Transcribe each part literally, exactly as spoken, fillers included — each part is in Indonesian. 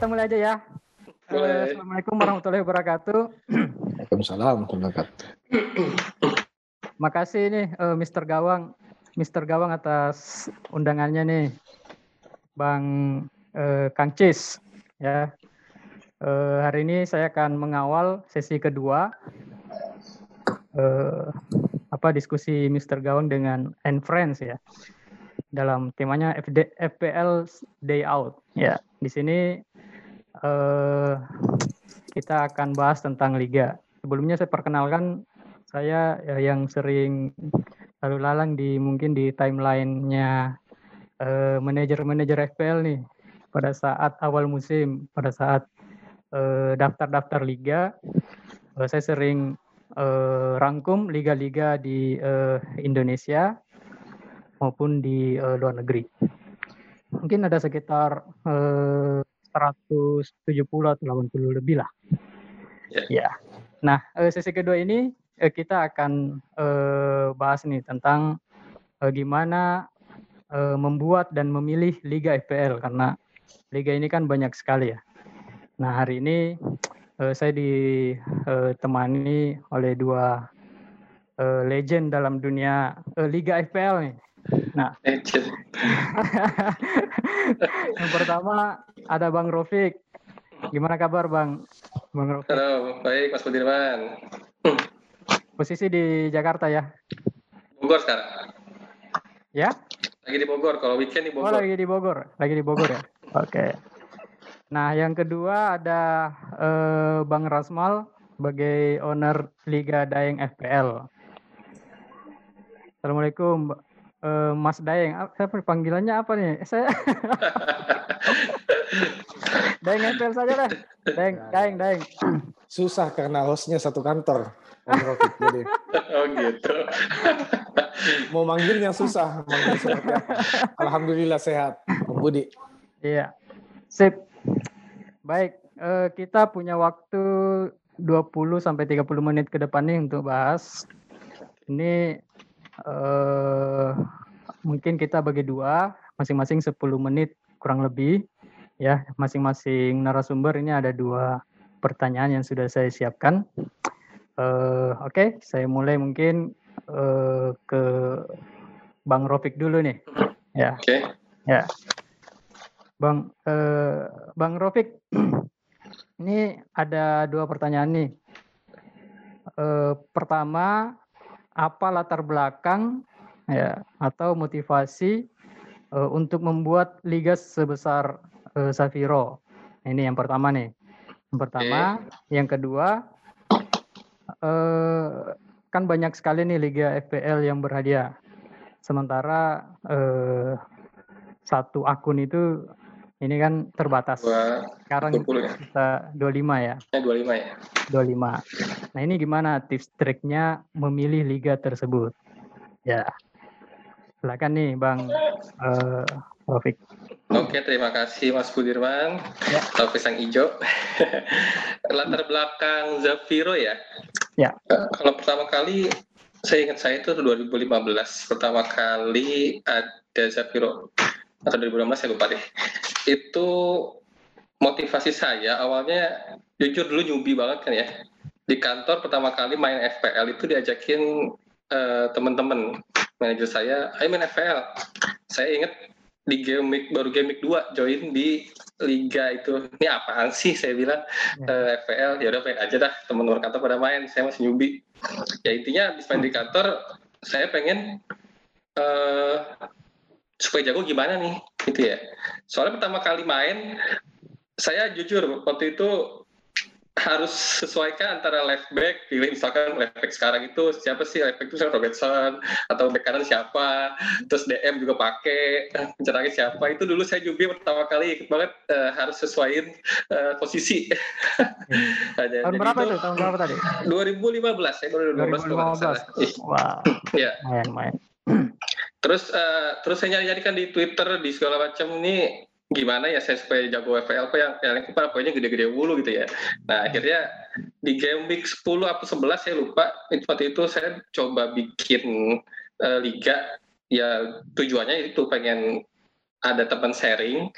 kita mulai aja ya. Uh, Assalamualaikum warahmatullahi wabarakatuh. Waalaikumsalam warahmatullahi wabarakatuh. Makasih nih uh, mister Gawang, mister Gawang atas undangannya nih, Bang uh, Kang Cis. Ya, uh, hari ini saya akan mengawal sesi kedua. Uh, apa diskusi mister Gawang dengan and Friends ya. Dalam temanya F D, F P L Day Out. Ya, di sini uh, kita akan bahas tentang liga. Sebelumnya saya perkenalkan, saya ya, yang sering lalu lalang di mungkin di timeline-nya uh, manajer-manajer F P L nih pada saat awal musim, pada saat uh, daftar-daftar liga, uh, saya sering uh, rangkum liga-liga di uh, Indonesia maupun di uh, luar negeri. Mungkin ada sekitar uh, seratus tujuh puluh atau delapan puluh lebih lah. Yeah. Ya. Nah, uh, sesi kedua ini uh, kita akan uh, bahas nih tentang uh, gimana uh, membuat dan memilih liga F P L, karena liga ini kan banyak sekali ya. Nah, hari ini uh, saya ditemani uh, oleh dua uh, legend dalam dunia uh, liga F P L nih. Nah, yang pertama ada Bang Rofik. Gimana kabar Bang? Bang Rofik. Halo, baik Mas Budirman. Posisi di Jakarta ya? Bogor sekarang. Ya? Lagi di Bogor, kalau weekend di Bogor. Oh, lagi di Bogor, lagi di Bogor ya. Oke. Okay. Nah, yang kedua ada eh, Bang Rasmal sebagai owner Liga Daeng F P L. Assalamualaikum. Uh, Mas Daeng, saya panggilannya apa nih? Saya Daeng F P L saja lah. Daeng, Daeng, Daeng. Susah karena hostnya satu kantor. Om Rofik, jadi. Oh gitu. Mau manggilnya susah. Manggil seperti apa. Alhamdulillah sehat, Om Budi. Iya, sip. Baik, uh, kita punya waktu dua puluh sampai tiga puluh menit ke depan nih untuk bahas. Ini Uh, mungkin kita bagi dua, masing-masing sepuluh menit kurang lebih ya, masing-masing narasumber ini ada dua pertanyaan yang sudah saya siapkan. Uh, Oke, okay, saya mulai mungkin uh, ke Bang Rofik dulu nih. Ya. Oke. Okay. Ya. Bang uh, Bang Rofik, ini ada dua pertanyaan nih. Uh, pertama, apa latar belakang ya atau motivasi uh, untuk membuat liga sebesar uh, Safiro? Ini yang pertama nih. Yang pertama, okay. Yang kedua, uh, kan banyak sekali nih liga F P L yang berhadiah. Sementara uh, satu akun itu ini kan terbatas. Wah, sekarang kita dua puluh lima ya. dua puluh lima ya. dua puluh lima. Nah, ini gimana tips triknya memilih liga tersebut? Ya. Silakan nih Bang uh, Rofik. Oke, terima kasih Mas Budirman. Ya. Atau pisang hijau. Latar belakang Zafiro ya. Ya. Uh, kalau pertama kali saya ingat saya itu dua ribu lima belas pertama kali ada Zafiro. Atau dua ribu enam belas saya lupa deh. Itu motivasi saya awalnya jujur dulu nyubi banget kan ya. Di kantor pertama kali main F P L itu diajakin uh, teman-teman manajer saya, ayo main F P L. Saya ingat di game week, baru game week dua join di liga itu. Ini apaan sih saya bilang uh, F P L. Ya udah main aja dah, teman-teman kantor pada main, saya masih nyubi. Ya intinya habis main di kantor saya pengen uh, supaya jago gimana nih gitu ya. Soalnya pertama kali main saya jujur waktu itu harus sesuaikan antara left back, pilih misalkan left back sekarang itu siapa sih left back itu misalkan Robertson atau back kanan siapa, terus D M juga pakai, penyerangnya siapa. Itu dulu saya juga pertama kali ikut banget uh, harus sesuaiin uh, posisi. nah, tahun berapa itu? Tahun berapa tadi? dua ribu lima belas, saya baru dua ribu lima belas. Wow. Ya. Main-main. Terus uh, terus saya nyari-nyari kan di Twitter di segala macam ini gimana ya saya supaya jago F P L, apa yang yang apa poinnya gede-gede mulu gitu ya. Nah akhirnya di game week sepuluh atau sebelas saya lupa, waktu itu saya coba bikin uh, liga ya, tujuannya itu pengen ada teman sharing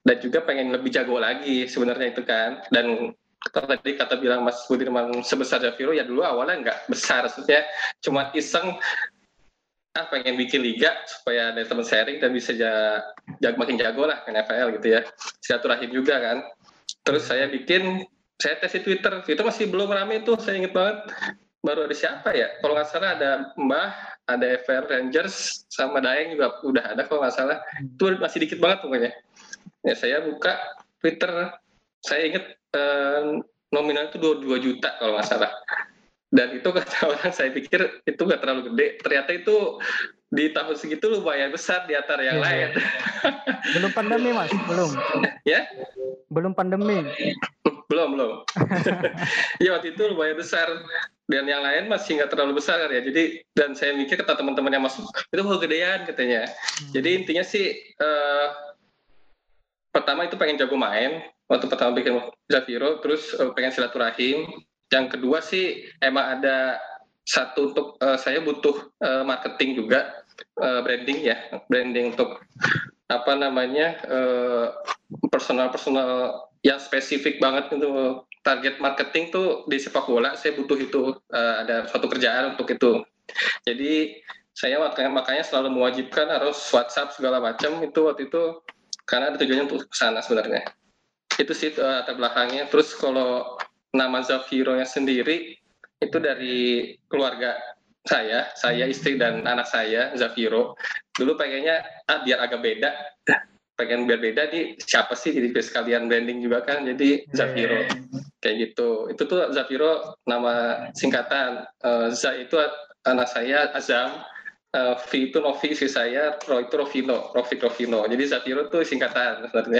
dan juga pengen lebih jago lagi sebenarnya itu kan. Dan tadi kata bilang Mas Budiman sebesar Xaviro, ya dulu awalnya nggak besar, maksudnya cuma iseng ah pengen bikin liga supaya ada teman sharing dan bisa ja, jag, makin jago lah N F L gitu ya, silaturahim juga kan. Terus saya bikin, saya tes di Twitter, Twitter masih belum rame tuh, saya inget banget. Baru ada siapa ya? Kalau nggak salah ada Mbah, ada F R Rangers, sama Daeng juga udah ada kalau nggak salah. Itu masih dikit banget pokoknya. Ya saya buka Twitter, saya inget eh, nominal itu dua puluh dua juta kalau nggak salah. Dan itu kata orang, saya pikir itu nggak terlalu gede. Ternyata itu di tahun segitu lumayan besar di antara yang yeah. lain. Belum pandemi Mas, belum. Ya? Belum pandemi. Belum, belum. Iya waktu itu lumayan besar. Dan yang lain masih nggak terlalu besar kan ya. Jadi, dan saya mikir kata teman-teman yang masuk, itu kegedean katanya. Hmm. Jadi intinya sih, uh, pertama itu pengen jago main. Waktu pertama bikin Xaviro, terus uh, pengen silaturahim. Yang kedua sih, emang ada satu untuk uh, saya butuh uh, marketing juga, uh, branding ya. Branding untuk, apa namanya, uh, personal-personal yang spesifik banget untuk target marketing tuh di sepak bola. Saya butuh itu, uh, ada suatu kerjaan untuk itu. Jadi saya makanya, makanya selalu mewajibkan harus WhatsApp segala macam itu waktu itu karena ada tujuannya untuk kesana sebenarnya. Itu sih uh, latar belakangnya. Terus kalau nama Xaviro-nya sendiri itu dari keluarga saya, saya istri dan anak saya Xaviro. Dulu pengennya ah, biar agak beda. Pengen biar beda nih siapa sih, jadi sekalian branding juga kan, jadi Xaviro kayak gitu. Itu tuh Xaviro nama singkatan. uh, Z itu anak saya Azam, uh, V itu Novi istri saya, Ro itu Rovino, Rovik Rovino. Jadi Xaviro tuh singkatan sebenarnya.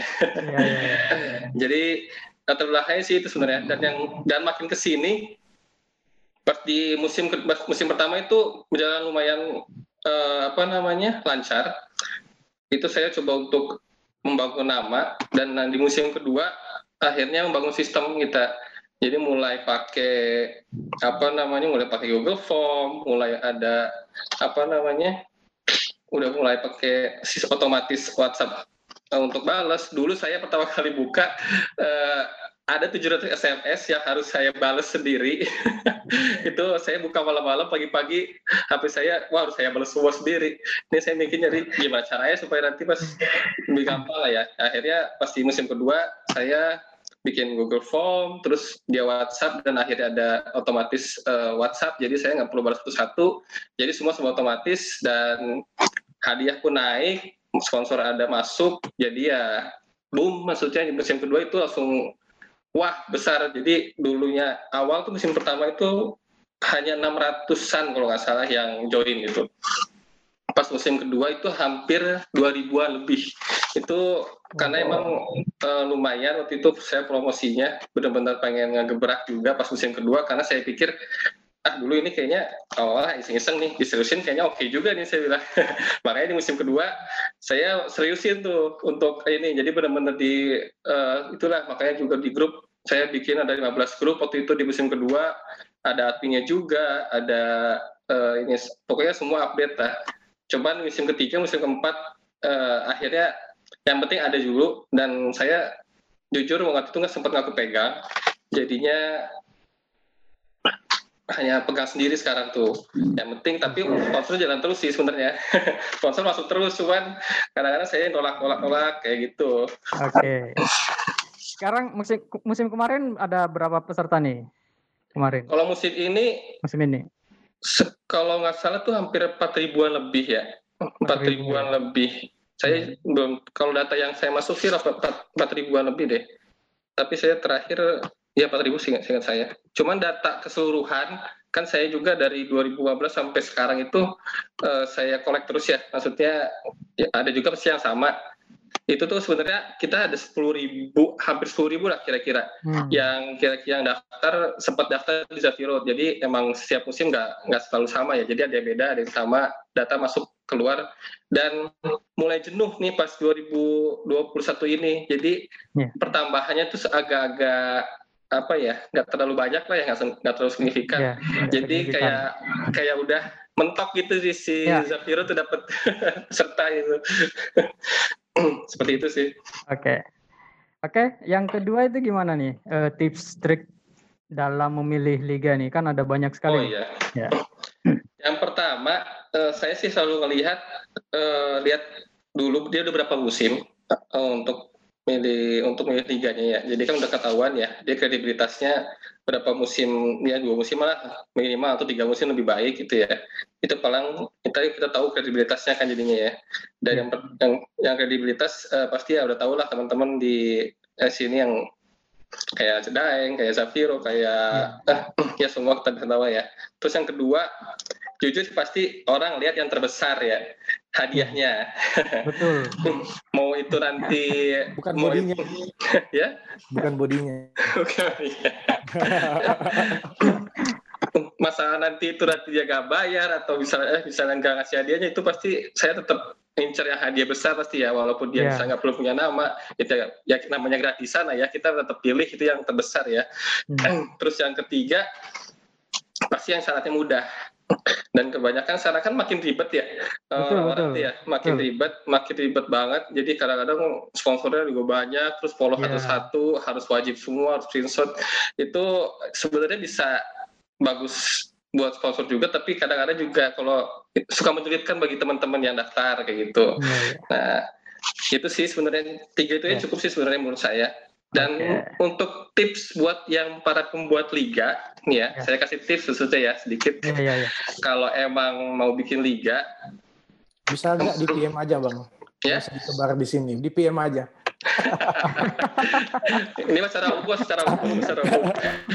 Jadi latar belakangnya sih itu sebenarnya. Dan yang dan makin kesini pas di musim musim pertama itu berjalan lumayan uh, apa namanya lancar. Itu saya coba untuk membangun nama, dan di musim kedua akhirnya membangun sistem kita. Jadi mulai pakai apa namanya, mulai pakai Google Form, mulai ada apa namanya, udah mulai pakai sistem otomatis WhatsApp uh, untuk balas. Dulu saya pertama kali buka uh, ada tujuh ratus S M S yang harus saya balas sendiri. Itu saya buka malam-malam, pagi-pagi H P saya, wah harus saya balas semua sendiri. Ini saya mikir nyari gimana caranya supaya nanti pas lebih gampang lah ya. Akhirnya pas di musim kedua saya bikin Google Form, terus dia WhatsApp, dan akhirnya ada otomatis uh, WhatsApp. Jadi saya nggak perlu balas satu-satu. Jadi semua semua otomatis, dan hadiah pun naik, sponsor ada masuk. Jadi ya boom, maksudnya di musim kedua itu langsung wah besar. Jadi dulunya awal tuh musim pertama itu hanya enam ratusan kalau nggak salah yang join itu. Pas musim kedua itu hampir dua ribuan lebih. Itu karena emang uh, lumayan waktu itu saya promosinya benar-benar pengen ngegebrak juga pas musim kedua, karena saya pikir ah dulu ini kayaknya awalnya iseng-iseng nih, diseriusin kayaknya oke juga nih saya bilang. Makanya di musim kedua saya seriusin tuh untuk ini, jadi benar-benar di uh, itulah, makanya juga di grup saya bikin ada lima belas grup waktu itu di musim kedua, ada adminnya juga, ada uh, ini pokoknya semua update lah. Cuman musim ketiga, musim keempat uh, akhirnya yang penting ada dulu, dan saya jujur waktu itu nggak sempat ngaku pegang, jadinya hanya pegang sendiri sekarang tuh. Yang penting, tapi sponsor jalan terus sih sebenarnya. Sponsor masuk terus, cuman kadang-kadang saya nolak-nolak-nolak kayak gitu. Oke. Okay. Sekarang musim musim kemarin ada berapa peserta nih kemarin? Kalau musim ini, musim ini, se- kalau nggak salah tuh hampir empat ribuan lebih ya, empat ribuan lebih. Saya hmm. belum, kalau data yang saya masuk sih empat ribuan lebih deh. Tapi saya terakhir ya empat ribu seingat, seingat saya. Cuman data keseluruhan kan saya juga dari dua ribu lima belas sampai sekarang itu uh, saya kolek terus ya. Maksudnya ya, ada juga pasti yang sama. Itu tuh sebenarnya kita ada sepuluh ribu, hampir sepuluh ribu lah kira-kira hmm. yang kira-kira yang daftar, sempat daftar di Xaviro. Jadi emang setiap musim nggak nggak selalu sama ya. Jadi ada yang beda, ada yang sama, data masuk keluar, dan mulai jenuh nih pas dua ribu dua puluh satu ini. Jadi yeah. pertambahannya tuh agak-agak apa ya, nggak terlalu banyak lah ya, nggak terlalu signifikan. Yeah, jadi signifikan. kayak kayak udah mentok gitu sih si yeah. Xaviro tuh dapat peserta itu. Seperti itu sih. Oke. Okay. Oke, yang kedua itu gimana nih? Eh, tips trik dalam memilih liga nih, kan ada banyak sekali Oh nih. iya. Ya. Yang pertama, eh, saya sih selalu melihat eh, lihat dulu dia udah berapa musim eh, untuk milih untuk milih liganya ya. Jadi kan udah ketahuan ya, dia kredibilitasnya berapa musim, ya dua musim lah minimal atau tiga musim lebih baik gitu ya. Itu paling kita kita tahu kredibilitasnya kan jadinya ya. Dan Ya. yang per- yang, yang kredibilitas eh, pasti ya udah tahu lah teman-teman di eh, sini yang kayak Cedaeng, kayak Zafiro, kayak ah, ya semua kita bisa tahu ya. Terus yang kedua, jujur sih pasti orang lihat yang terbesar ya, hadiahnya. Betul. Mau itu nanti Bukan mau bodinya, itu, ya, bukan bodinya. bukan ya. Masalah nanti itu nanti dia gak bayar atau misalnya eh, misalnya nggak ngasih hadiahnya, itu pasti saya tetap incer yang hadiah besar pasti ya, walaupun dia Ya. bisa nggak perlu punya nama, itu ya, ya namanya gratisan lah ya, kita tetap pilih itu yang terbesar ya. Hmm. Terus yang ketiga pasti yang syaratnya mudah, dan kebanyakan sekarang kan makin ribet ya. Betul, Orang-orang betul. tuh ya makin Betul. ribet, makin ribet banget. Jadi kadang-kadang sponsornya juga banyak, terus follow Ya. satu-satu, harus wajib semua, harus screenshot. Itu sebenarnya bisa bagus buat sponsor juga, tapi kadang-kadang juga kalau suka menyulitkan bagi teman-teman yang daftar kayak gitu. Ya, ya. Nah, itu sih sebenarnya tiga itu ya Ya. cukup sih sebenarnya menurut saya. Dan Oke. untuk tips buat yang para pembuat liga, nih ya, Ya. saya kasih tips khususnya ya sedikit. Ya, ya, ya. Kalau emang mau bikin liga, Bisa nggak di P M aja bang? ya, Bisa disebar di sini, di P M aja. ini secara umum, secara umum, secara umum.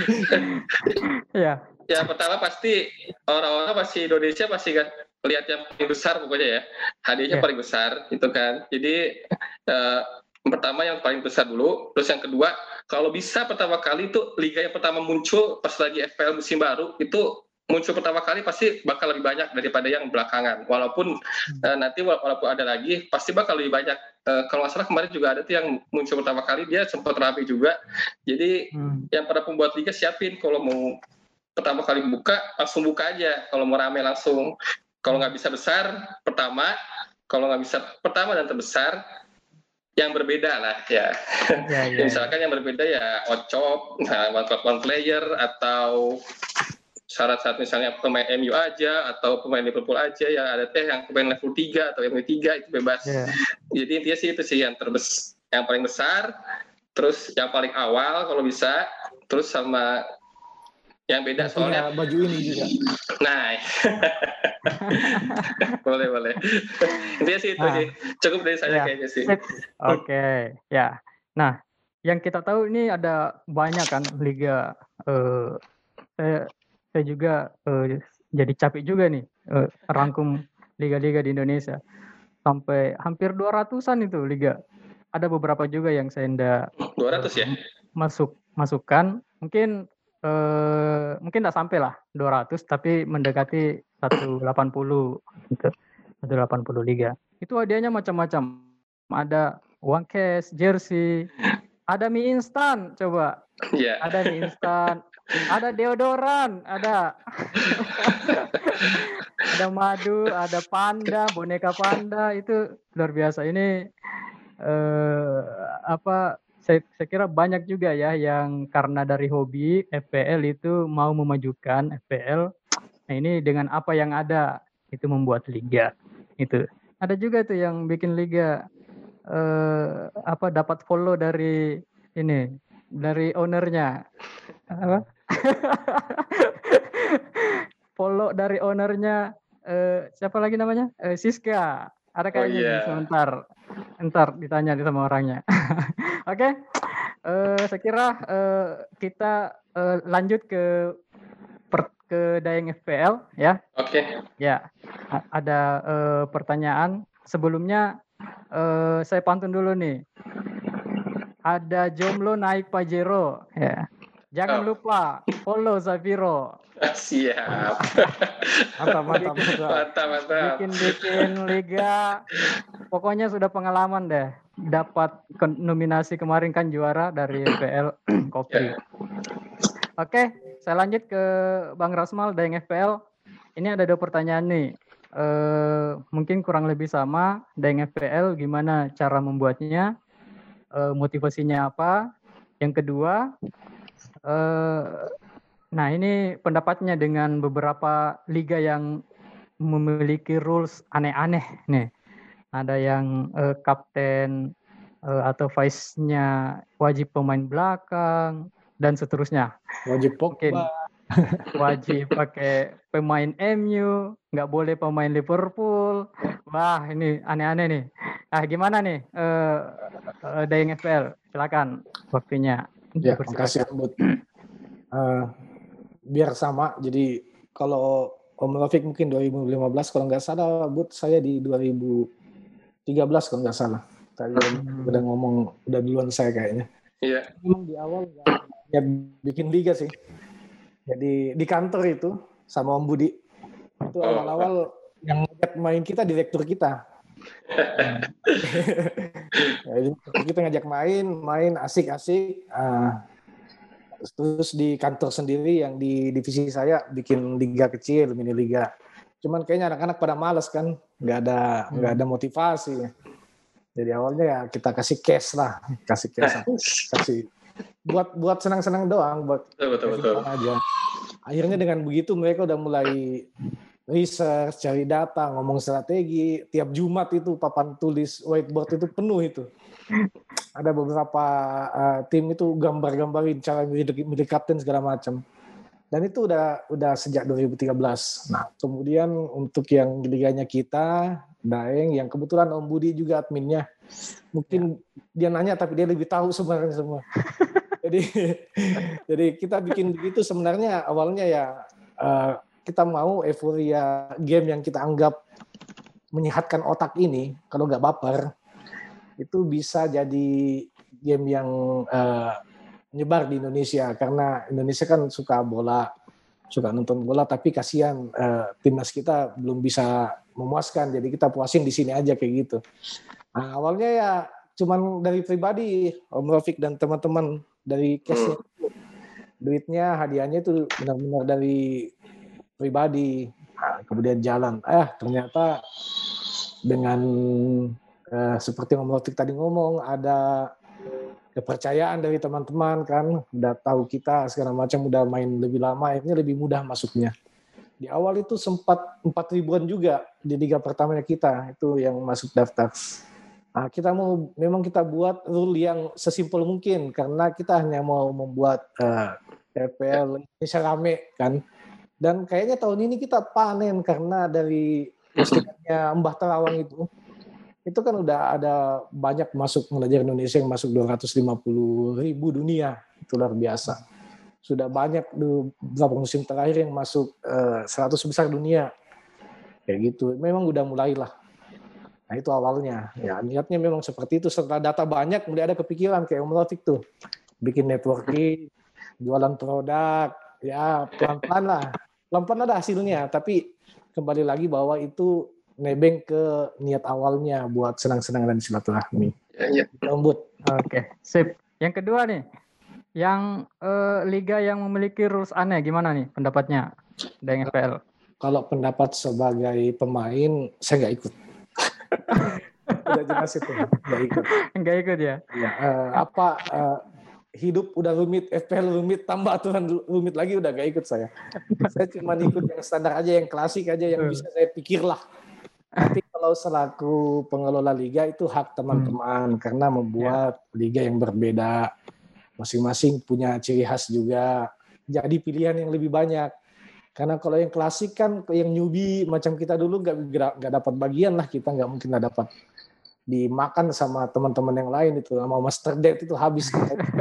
Ya. Ya pertama pasti orang-orang pasti Indonesia pasti kan lihat yang paling besar pokoknya ya, hadiahnya Ya. paling besar itu kan. Jadi eh, pertama yang paling besar dulu, terus yang kedua kalau bisa pertama kali itu liga yang pertama muncul pas lagi F P L musim baru itu muncul pertama kali pasti bakal lebih banyak daripada yang belakangan. Walaupun uh, nanti walaupun ada lagi pasti bakal lebih banyak. Uh, kalau nggak salah kemarin juga ada tuh yang muncul pertama kali dia sempat rapi juga. Jadi Hmm. yang para pembuat liga siapin kalau mau pertama kali buka langsung buka aja. Kalau mau rame langsung. Kalau nggak bisa besar pertama, kalau nggak bisa pertama dan terbesar yang berbeda lah ya. Ya, ya, Misalkan yang berbeda ya Ocop, nah, one one player atau syarat-syarat misalnya pemain M U aja atau pemain Liverpool aja, yang ada teh yang pemain level tiga atau M U tiga itu bebas. ya. Jadi intinya sih itu sih yang terbes yang paling besar, terus yang paling awal kalau bisa, terus sama yang beda Yang punya soalnya baju ini juga. nah boleh boleh intinya sih itu Nah, sih cukup dari saya ya. kayaknya sih. Sip. Oke, ya. Nah, yang kita tahu ini ada banyak kan liga. Eh, saya, saya juga eh, jadi capek juga nih eh, rangkum liga-liga di Indonesia. Sampai hampir dua ratusan itu liga. Ada beberapa juga yang saya enggak dua ratus ya? masuk masukkan. Mungkin eh, mungkin enggak sampai lah dua ratus, tapi mendekati seratus delapan puluh gitu. seratus delapan puluh liga. Itu hadiahnya macam-macam. Ada uang cash, jersey, ada mie instan, coba. Iya. Ada mie instan, ada deodoran, ada ada madu, ada panda, boneka panda, itu luar biasa. Ini eh, apa? Saya, saya kira banyak juga ya yang karena dari hobi F P L itu mau memajukan F P L. Nah ini dengan apa yang ada itu membuat liga itu. Ada juga tuh yang bikin liga eh, apa dapat follow dari ini dari ownernya apa follow dari ownernya eh, siapa lagi namanya eh, Siska ada Oh kayaknya nih iya. sebentar entar ditanya nih sama orangnya. Oke. Eh, saya kira eh, kita eh, lanjut ke per- ke Daeng F P L ya. Oke. Ya, a- ada eh, pertanyaan. Sebelumnya eh, saya pantun dulu nih. Ada jomblo naik Pajero. Ya. Jangan Oh. lupa follow Zafiro. Siap. Mantap, mantap, mantap. Mantap, mantap. Bikin-bikin liga. Pokoknya sudah pengalaman deh. Dapat ke- nominasi kemarin kan juara dari F P L Kopri. Ya. Oke, saya lanjut ke Bang Rasmal dari F P L. Ini ada dua pertanyaan nih. Eh, mungkin kurang lebih sama dengan F P L, gimana cara membuatnya? uh, motivasinya apa. Yang kedua, uh, nah ini pendapatnya dengan beberapa liga yang memiliki rules aneh-aneh nih. Ada yang uh, kapten uh, atau vice-nya wajib pemain belakang dan seterusnya. Wajib Pogba. Wajib pakai pemain M U, nggak boleh pemain Liverpool. Wah, ini aneh-aneh nih. Ah, gimana nih, uh, uh, Dayeng F P L? Silakan waktunya. Ya, makasih Bud. Uh, biar sama. Jadi kalau Om Rafiq mungkin dua ribu lima belas, kalau nggak salah, Bud, saya di dua ribu tiga belas kalau nggak salah. Tadi hmm. udah ngomong, udah duluan saya kayaknya. Iya. Memang di awal nggak bikin liga sih. Jadi di kantor itu sama Om Budi itu oh. awal-awal yang ngajak main kita direktur kita. Jadi kita ngajak main, main asik-asik. Uh, terus di kantor sendiri yang di divisi saya bikin liga kecil, mini liga. Cuman kayaknya anak-anak pada malas kan, nggak ada hmm. nggak ada motivasi. Jadi awalnya ya kita kasih cash lah, kasih cash, kasih buat buat senang-senang doang, buat betul, betul. aja. Akhirnya dengan begitu mereka udah mulai research, cari data, ngomong strategi. Tiap Jumat itu papan tulis whiteboard itu penuh itu. Ada beberapa uh, tim itu gambar-gambarin cara milih, milih kapten segala macam. Dan itu udah udah sejak dua ribu tiga belas. Nah, kemudian untuk yang liganya kita, Daeng, yang kebetulan Om Budi juga adminnya. Mungkin ya. Dia nanya tapi dia lebih tahu sebenarnya semua. jadi jadi kita bikin begitu sebenarnya awalnya ya uh, kita mau euforia game yang kita anggap menyehatkan otak ini, kalau nggak baper, itu bisa jadi game yang uh, menyebar di Indonesia, karena Indonesia kan suka bola, suka nonton bola, tapi kasihan uh, timnas kita belum bisa memuaskan, jadi kita puasin di sini aja kayak gitu. Nah, awalnya ya cuman dari pribadi, Om Rafiq dan teman-teman dari cashnya, duitnya, hadiahnya itu benar-benar dari pribadi. Nah, kemudian jalan, eh ternyata dengan uh, seperti Om Rafiq tadi ngomong, ada kepercayaan dari teman-teman kan, udah tahu kita segala macam, udah main lebih lama, akhirnya lebih mudah masuknya. Di awal itu sempat empat ribuan juga di liga pertamanya kita, itu yang masuk daftar. Nah, kita mau, memang kita buat rule yang sesimpel mungkin, karena kita hanya mau membuat uh, F P L Indonesia rame kan. Dan kayaknya tahun ini kita panen, karena dari postingannya Mbah Terawang itu, itu kan udah ada banyak masuk mengajar Indonesia yang masuk dua ratus lima puluh ribu dunia, itu luar biasa. Sudah banyak beberapa musim terakhir yang masuk uh, seratus besar dunia, kayak gitu. Memang udah mulailah. Nah itu awalnya, ya niatnya memang seperti itu. Setelah data banyak, kemudian ada kepikiran kayak Om Rafiq tuh, bikin networking, jualan produk, ya pelan-pelan lah, pelan-pelan ada hasilnya. Tapi kembali lagi bahwa itu nebeng ke niat awalnya buat senang-senang dan silaturahmi. Ya, ya. Lembut. Oke, sip. Yang kedua nih, yang eh, liga yang memiliki rules aneh, gimana nih pendapatnya dengan F P L? Kalau pendapat sebagai pemain, saya nggak ikut. Udah jelas itu, nggak ikut. Nggak ikut ya? Ya uh, apa uh, hidup udah rumit, F P L rumit, tambah aturan rumit lagi, udah nggak ikut saya. Saya cuma ikut yang standar aja, yang klasik aja, yang bisa saya pikir lah. Tapi kalau selaku pengelola liga itu hak teman-teman, hmm. karena membuat ya. liga yang berbeda, masing-masing punya ciri khas juga, jadi pilihan yang lebih banyak. Karena kalau yang klasik kan, yang newbie macam kita dulu nggak nggak dapat bagian lah, kita nggak mungkin nggak dapat dimakan sama teman-teman yang lain itu, sama Master Debt itu habis.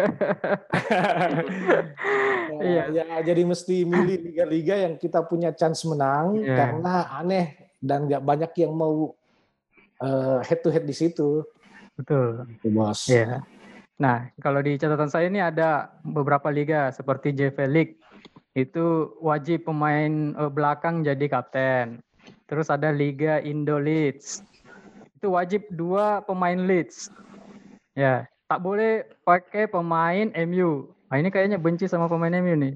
ya, ya jadi mesti milih liga-liga yang kita punya chance menang, yeah. karena aneh dan nggak banyak yang mau uh, head to head di situ. Betul. Itu, bos. Yeah. Nah, kalau di catatan saya ini ada beberapa liga seperti J V League. Itu wajib pemain uh, belakang jadi kapten. Terus ada Liga Indo Leeds. Itu wajib dua pemain Leeds. Ya, tak boleh pakai pemain M U. Nah, ini kayaknya benci sama pemain M U nih.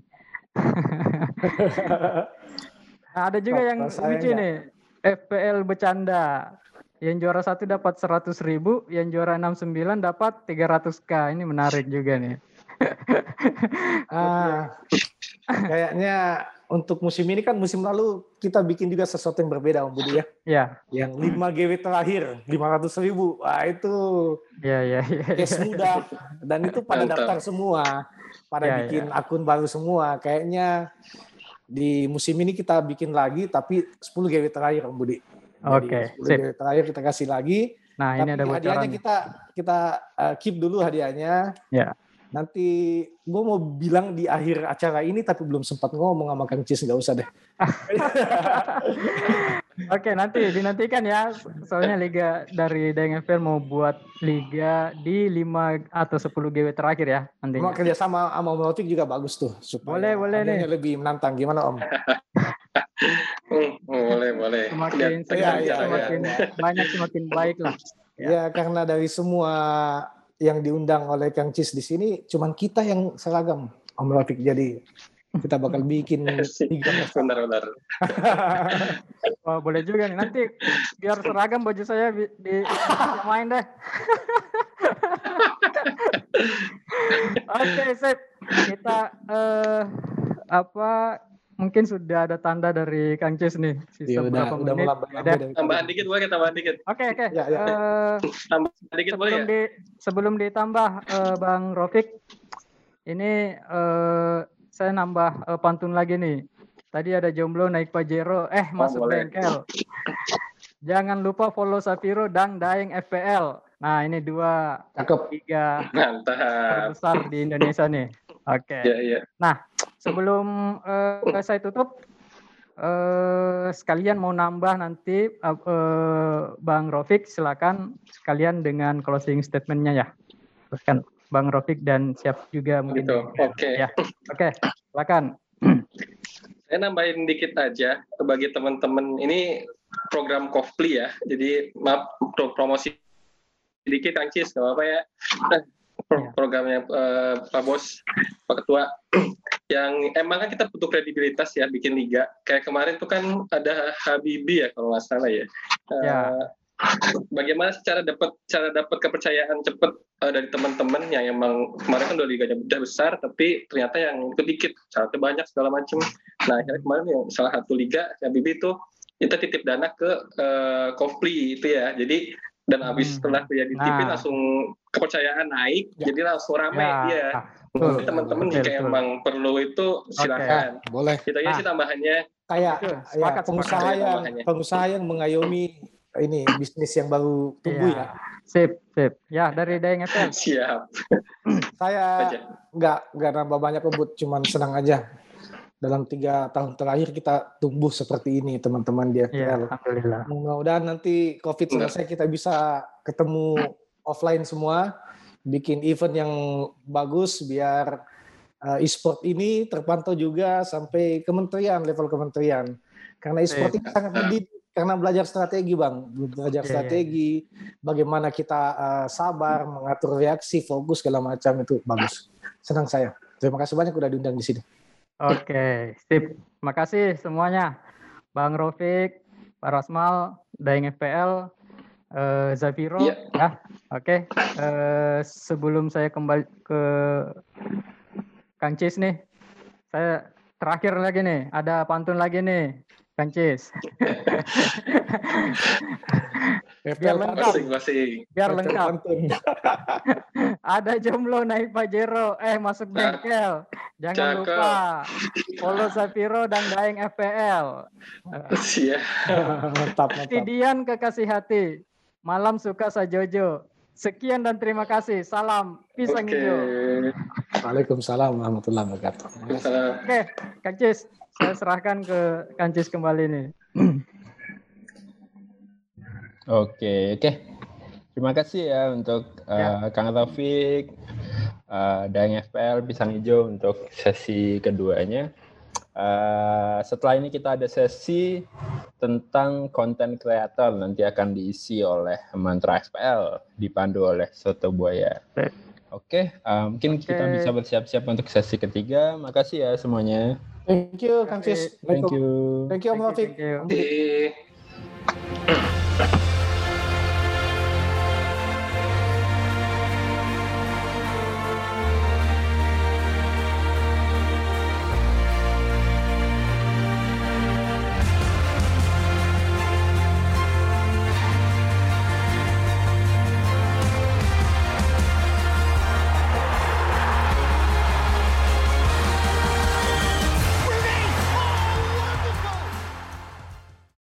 Nah, ada juga yang lucu nih, F P L bercanda. yang juara satu dapat seratus ribu, yang juara enam puluh sembilan dapat tiga ratus k. Ini menarik juga nih. Ah, kayaknya untuk musim ini kan musim lalu kita bikin juga sesuatu yang berbeda Om Budi ya. Ya. Yang lima G W terakhir lima ratus ribu. Wah itu Ya ya ya. case mudah dan itu pada Mantap. daftar semua, pada Ya, bikin ya. akun baru semua. Kayaknya di musim ini kita bikin lagi tapi sepuluh G W terakhir Om Budi. Jadi Oke, sepuluh sip. G W terakhir kita kasih lagi. Nah, ini Tapi ada hadiahnya bocoran. kita kita uh, keep dulu hadiahnya. Ya. Nanti gue mau bilang di akhir acara ini tapi belum sempat ngomong sama Kang Cis, nggak usah deh. Oke, nanti dinantikan ya. Soalnya liga dari Daeng F P L mau buat liga di lima atau sepuluh G W terakhir ya Mau nantinya. kerjasama sama Om Rafiq juga bagus tuh supaya Boleh, boleh hadiahnya nih. lebih menantang. Gimana Om? Hmm, boleh, boleh. Semakin Lihat Iya, sering iya, semakin iya. banyak semakin baik lah. Ya. karena dari semua yang diundang oleh Kang Cis di sini, cuman kita yang seragam Om Rafiq. Jadi kita bakal bikin tiga bersama. Benar-benar. Oh, boleh juga nih. Nanti biar seragam baju saya di, di main deh. Oke, sip. Kita eh, apa? Mungkin sudah ada tanda dari Kang Cis nih. Sisa Ya udah, berapa udah menit? melambai Udah. dari Tambahan dikit boleh, tambahan dikit. Oke, oke. Ya, ya. Eh, Tambahan dikit boleh sebelum ya? di sebelum ditambah eh, Bang Rofik, ini eh, saya nambah eh, pantun lagi nih. Tadi ada jomblo naik Pajero, eh masuk boleh. bengkel. Jangan lupa follow Safiro dan Daeng F P L. Nah, ini dua Cakep. tiga Mantap. terbesar di Indonesia nih. Oke. Ya, ya. Nah, sebelum eh, saya tutup, eh, sekalian mau nambah nanti eh, Bang Rofik, silakan sekalian dengan closing statement-nya ya. Teruskan Bang Rofik dan siap juga mungkin. Gitu. Oke. Ya, oke, silakan. Saya nambahin dikit aja bagi teman-teman. Ini program Kofli ya. Jadi maaf pro- promosi sedikit Kang Cis, nggak apa-apa ya. Pro- Ya. Programnya eh, Pak Bos, Pak Ketua. Yang emang kan kita butuh kredibilitas ya bikin liga. Kayak kemarin tuh kan ada Habibie ya kalau nggak salah ya. Eh, Ya. Bagaimana cara dapat cara dapat kepercayaan cepat uh, dari teman-teman yang emang kemarin kan udah liganya udah besar tapi ternyata yang ikut dikit, syaratnya banyak segala macam. Nah akhirnya kemarin yang salah satu liga Habibie itu kita titip dana ke uh, Kofli itu ya. Jadi dan habis Hmm. setelah dia dititipin Nah. langsung kepercayaan naik, Ya. jadi langsung rame Ya. dia. Betul. Jadi teman-teman Betul, jika betul. emang perlu itu silakan. Boleh. Kita aja Nah. sih tambahannya. Kayak Itu, ya, sepakat, pengusaha sepakat. yang Tambahannya. pengusaha yang mengayomi ini bisnis yang baru tumbuh Iya. ya. Sip, sip. Ya, dari Daeng F P L. Siap Saya aja. nggak nggak nambah banyak kebut, cuman senang aja. Dalam tiga tahun terakhir kita tumbuh seperti ini teman-teman di F P L. Iya, alhamdulillah. Mudah-mudahan nanti COVID Benar. selesai kita bisa ketemu offline semua, bikin event yang bagus biar uh, e-sport ini terpantau juga sampai kementerian, level kementerian. Karena e-sport Sip. ini sangat mendidik, karena belajar strategi Bang, belajar Iya, strategi, bagaimana kita uh, sabar, mengatur reaksi, fokus segala macam itu bagus. Senang saya. Terima kasih banyak udah diundang di sini. Oke, sip. Terima kasih semuanya. Bang Rofik, Pak Rasmal, Daeng F P L, eh, Zafiro. Iya. Ya, oke. Eh, sebelum saya kembali ke Kang Cis nih, saya terakhir lagi nih, ada pantun lagi nih, Kang Cis. Biar lengkap, Masing-masing. biar lengkap. Ada jomblo naik Pajero, eh masuk bengkel. Jangan Cakep. lupa follow Zafiro dan Daeng F P L. Siap. Mantap, mantap. Tidian kekasih hati, malam suka sajojo. Sekian dan terima kasih. Salam pisang Oke. hijau. Waalaikumsalam warahmatullahi wabarakatuh. Salam. Oke, Kang Cis, saya serahkan ke Kang Cis kembali nih. Oke, oke. Terima kasih ya untuk uh, Kang Taufik, uh, Daeng F P L, Pisang Hijau untuk sesi keduanya. Uh, setelah ini kita ada sesi tentang konten kreator, nanti akan diisi oleh Mantra F P L, dipandu oleh Soto Buaya. Oke, uh, mungkin Oke. kita bisa bersiap-siap untuk sesi ketiga. Makasih ya semuanya. Thank you, Kang Cis. Thank you. Thank you, Om Thank you, Rafiq. thank you. Oke.